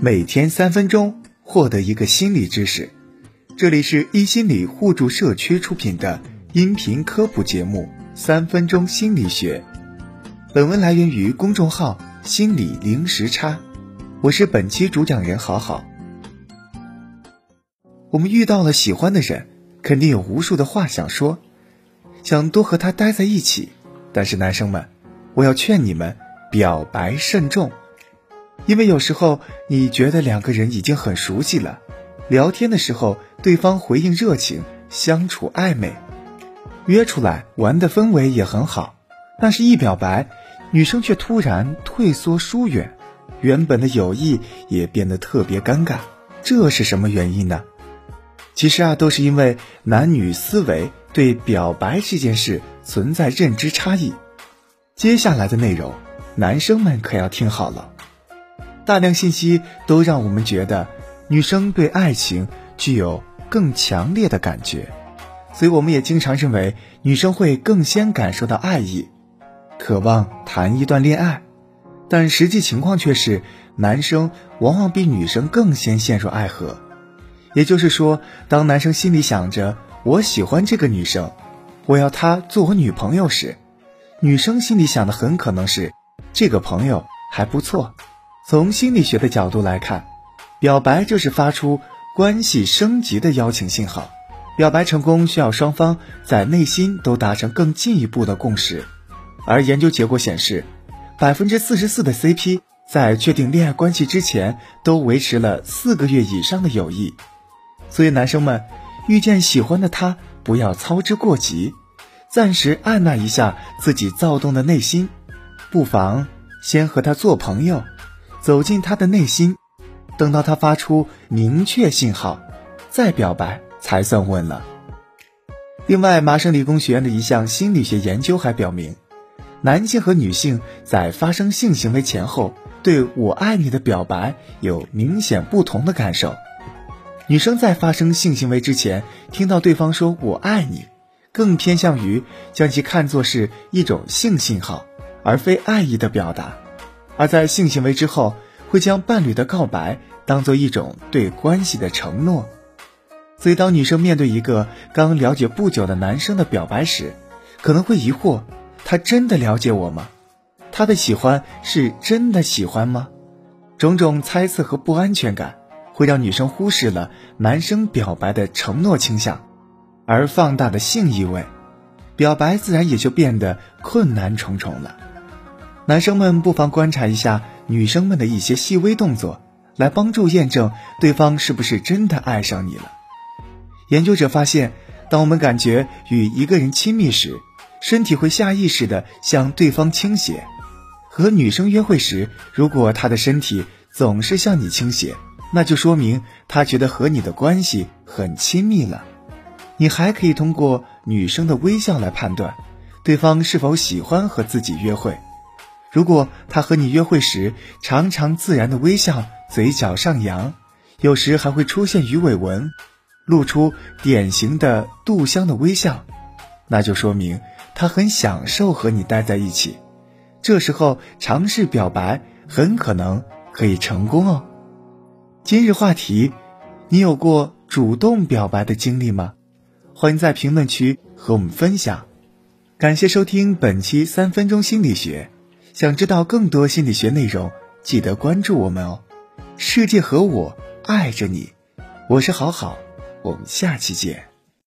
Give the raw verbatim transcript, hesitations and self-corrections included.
每天三分钟，获得一个心理知识。这里是一心理互助社区出品的音频科普节目《三分钟心理学》。本文来源于公众号心理零时差，我是本期主讲人好好。我们遇到了喜欢的人，肯定有无数的话想说，想多和他待在一起。但是男生们，我要劝你们表白慎重。因为有时候你觉得两个人已经很熟悉了，聊天的时候对方回应热情，相处暧昧，约出来玩的氛围也很好，但是一表白，女生却突然退缩疏远，原本的友谊也变得特别尴尬。这是什么原因呢？其实啊，都是因为男女思维对表白这件事存在认知差异。接下来的内容，男生们可要听好了。大量信息都让我们觉得女生对爱情具有更强烈的感觉，所以我们也经常认为女生会更先感受到爱意，渴望谈一段恋爱。但实际情况却是，男生往往比女生更先陷入爱河。也就是说，当男生心里想着我喜欢这个女生，我要她做我女朋友时，女生心里想的很可能是这个朋友还不错。从心理学的角度来看，表白就是发出关系升级的邀请信号。表白成功需要双方在内心都达成更进一步的共识。而研究结果显示， 百分之四十四 的 C P 在确定恋爱关系之前都维持了四个月以上的友谊。所以男生们，遇见喜欢的他，不要操之过急，暂时按捺一下自己躁动的内心，不妨先和他做朋友，走进他的内心，等到他发出明确信号，再表白才算稳了。另外，麻省理工学院的一项心理学研究还表明，男性和女性在发生性行为前后，对我爱你的表白有明显不同的感受。女生在发生性行为之前，听到对方说我爱你，更偏向于将其看作是一种性信号，而非爱意的表达。而在性行为之后，会将伴侣的告白当作一种对关系的承诺。所以当女生面对一个刚了解不久的男生的表白时，可能会疑惑，他真的了解我吗？他的喜欢是真的喜欢吗？种种猜测和不安全感会让女生忽视了男生表白的承诺倾向，而放大的性意味，表白自然也就变得困难重重了。男生们不妨观察一下女生们的一些细微动作，来帮助验证对方是不是真的爱上你了。研究者发现，当我们感觉与一个人亲密时，身体会下意识地向对方倾斜。和女生约会时，如果她的身体总是向你倾斜，那就说明她觉得和你的关系很亲密了。你还可以通过女生的微笑来判断，对方是否喜欢和自己约会。如果他和你约会时常常自然的微笑，嘴角上扬，有时还会出现鱼尾纹，露出典型的杜香的微笑，那就说明他很享受和你待在一起。这时候尝试表白很可能可以成功哦。今日话题，你有过主动表白的经历吗？欢迎在评论区和我们分享。感谢收听本期三分钟心理学。想知道更多心理学内容，记得关注我们哦。世界和我爱着你，我是好好，我们下期见。